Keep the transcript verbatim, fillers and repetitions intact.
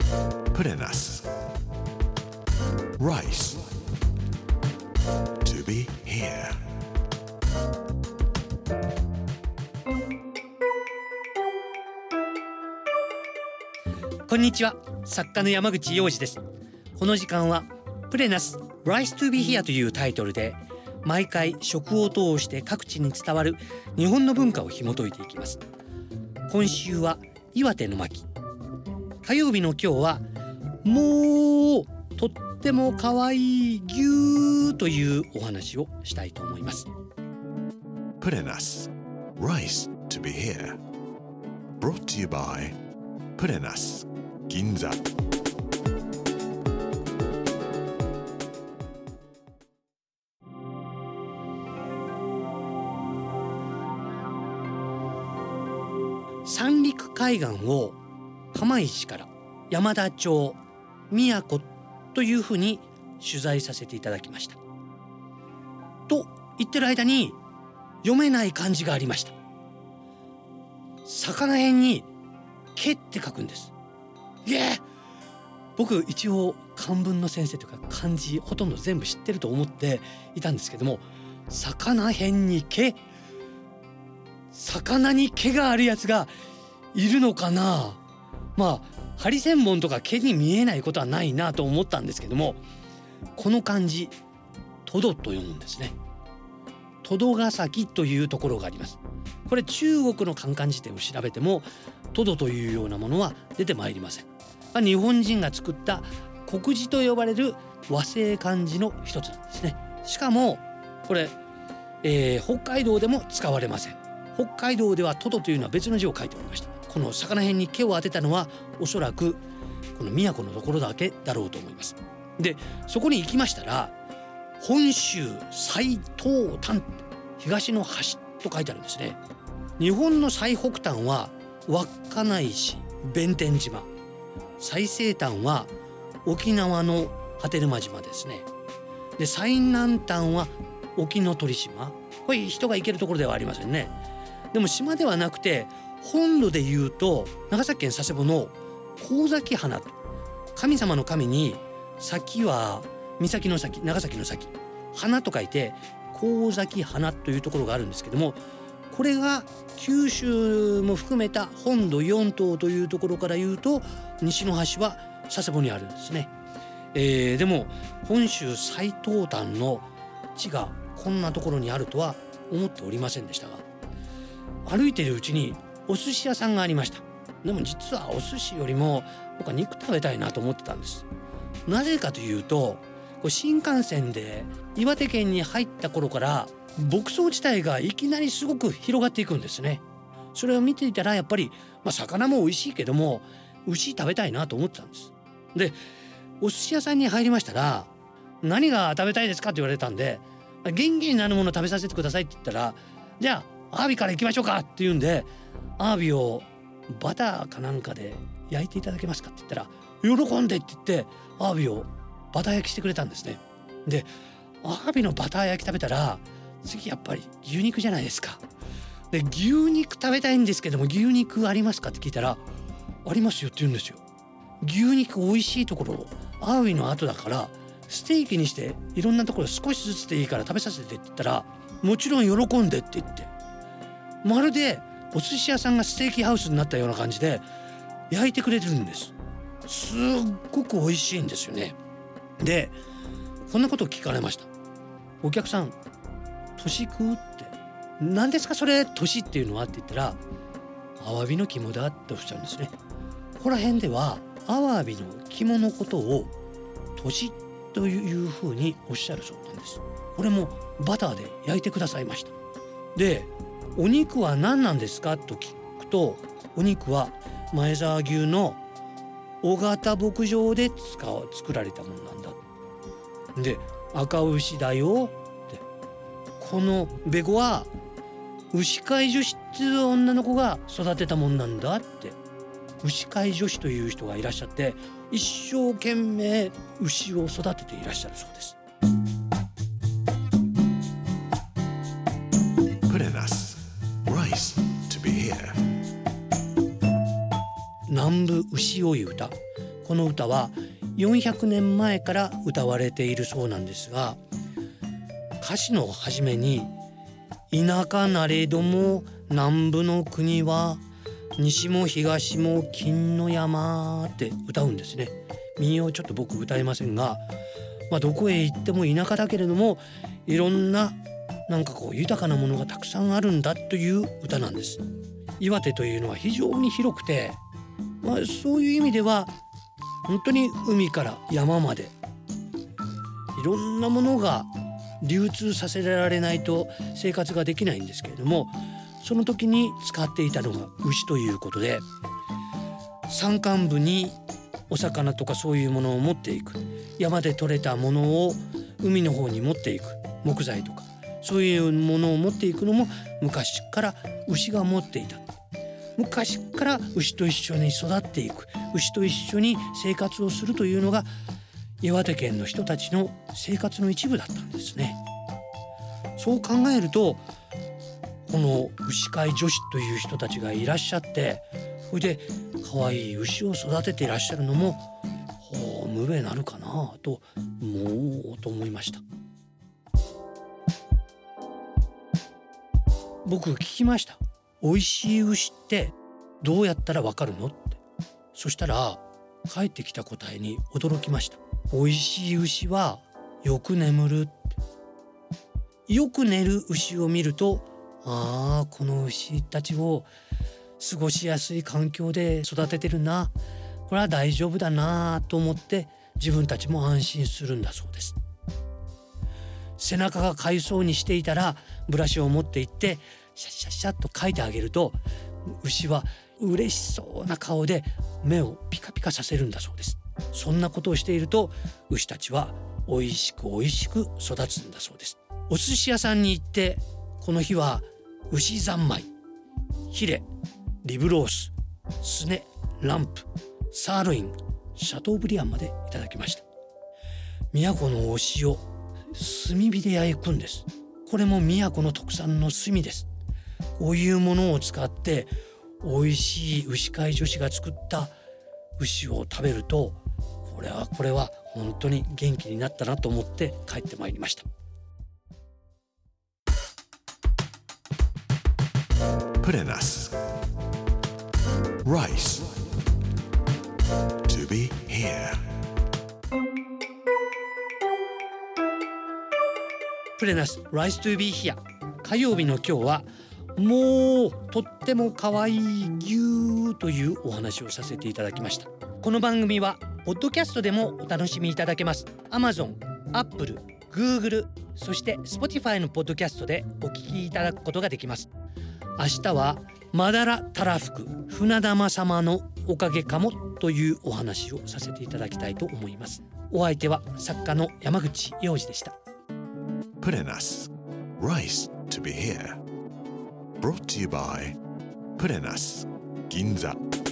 プレナス Rice to be here。 こんにちは、作家の山口洋二です。この時間はプレナス Rice to be here というタイトルで毎回食を通して各地に伝わる日本の文化を紐解いていきます。今週は岩手の巻、火曜日の今日はもうとっても可愛い牛というお話をしたいと思います。 プレナス Rice to be here Brought to you by プレナス銀座。 三陸海岸を釜石から山田町、宮古というふうに取材させていただきました。と言ってる間に読めない漢字がありました。魚辺に毛って書くんです。いえ、僕一応漢文の先生というか漢字ほとんど全部知ってると思っていたんですけども、魚辺に毛、魚に毛があるやつがいるのかな。まあハリセンボンとか毛に見えないことはないなと思ったんですけども、この漢字トドと読むんですね。トドガサキというところがあります。これ中国の漢漢辞典を調べてもトドというようなものは出てまいりません。まあ、日本人が作った国字と呼ばれる和製漢字の一つなんですね。しかもこれ、えー、北海道でも使われません。北海道ではトドというのは別の字を書いておりました。この魚辺に毛を当てたのはおそらくこの宮古のところだけだろうと思います。でそこに行きましたら、本州最東端、東の端と書いてあるんですね。日本の最北端は稚内市弁天島、最西端は沖縄の波照間島ですね。で最南端は沖ノ鳥島、これ人が行けるところではありませんね。でも島ではなくて本土でいうと長崎県佐世保の神崎花と、神様の神に崎は岬の崎、長崎の崎、花と書いて神崎花というところがあるんですけども、これが九州も含めた本土よん島というところから言うと西の端は佐世保にあるんですね。えー、でも本州最東端の地がこんなところにあるとは思っておりませんでしたが、歩いているうちにお寿司屋さんがありました。でも実はお寿司よりも僕は肉食べたいなと思ってたんです。なぜかというと、こう新幹線で岩手県に入った頃から牧草地帯がいきなりすごく広がっていくんですね。それを見ていたらやっぱり、まあ、魚も美味しいけども牛食べたいなと思ってたんです。でお寿司屋さんに入りましたら、何が食べたいですかって言われたんで、元気になるもの食べさせてくださいって言ったら、じゃあアワビから行きましょうかって言うんで、アワビをバターかなんかで焼いていただけますかって言ったら、喜んでって言ってアワビをバター焼きしてくれたんですね。でアワビのバター焼き食べたら次やっぱり牛肉じゃないですか。で牛肉食べたいんですけども牛肉ありますかって聞いたら、ありますよって言うんですよ。牛肉美味しいところアワビの後だからステーキにしていろんなところ少しずつでいいから食べさせてって言ったら、もちろん喜んでって言って、まるでお寿司屋さんがステーキハウスになったような感じで焼いてくれてるんです。すっごく美味しいんですよね。でこんなことを聞かれました。お客さん、年食うって、何ですかそれ年っていうのはって言ったら、アワビの肝だっておっしゃるんですね。ここら辺ではアワビの肝のことを年というふうにおっしゃるそうなんです。これもバターで焼いてくださいました。でお肉は何なんですかと聞くと、お肉は前沢牛の尾形牧場で使う作られたものなんだ。で赤牛だよって、このベゴは牛飼い女子っていう女の子が育てたもんなんだって。牛飼い女子という人がいらっしゃって、一生懸命牛を育てていらっしゃるそうです。 プレナス Rice to be here 南部牛追い歌、 この歌はよんひゃくねんまえから歌われているそうなんですが、歌詞の初めに田舎なれども南部の国は西も東も金の山って歌うんですね。民謡ちょっと僕歌えませんが、まあ、どこへ行っても田舎だけれどもいろんななんかこう豊かなものがたくさんあるんだという歌なんです。岩手というのは非常に広くて、まあ、そういう意味では本当に海から山までいろんなものが流通させられないと生活ができないんですけれども、その時に使っていたのが牛ということで、山間部にお魚とかそういうものを持っていく、山で採れたものを海の方に持っていく、木材とかそういうものを持っていくのも昔から牛が持っていた。昔から牛と一緒に育っていく、牛と一緒に生活をするというのが岩手県の人たちの生活の一部だったんですね。そう考えると、この牛飼い女子という人たちがいらっしゃって、それで可愛い牛を育てていらっしゃるのも、ほう無礼なるかなと思うと思いました。僕聞きました。美味しい牛ってどうやったらわかるのって。そしたら返ってきた答えに驚きました。美味しい牛はよく眠るって。よく寝る牛を見ると、ああこの牛たちを過ごしやすい環境で育ててるな、これは大丈夫だなと思って自分たちも安心するんだそうです。背中がかゆそうにしていたらブラシを持って行ってシャッシャッシャッとかいてあげると、牛は嬉しそうな顔で目をピカピカさせるんだそうです。そんなことをしていると牛たちは美味しく美味しく育つんだそうです。お寿司屋さんに行って、この日は牛三昧、ヒレ、リブロース、スネ、ランプ、サーロイン、シャトーブリアンまでいただきました。宮古のお塩、炭火で焼くんです。これも宮古の特産の炭です。こういうものを使って美味しい牛飼い女子が作った牛を食べると、これはこれは本当に元気になったなと思って帰ってまいりました。 プレナス Rice to be here。 プレナス Rice to be here。 火曜日の今日はもうとっても可愛い牛というお話をさせていただきました。この番組はポッドキャストでもお楽しみいただけます。 Amazon、Apple、Google、 そして Spotify のポッドキャストでお聞きいただくことができます。明日はマダラタラフク船玉様のおかげかもというお話をさせていただきたいと思います。お相手は作家の山口洋二でした。 プレナス Rice to be here。 Brought to you by プレナス銀座。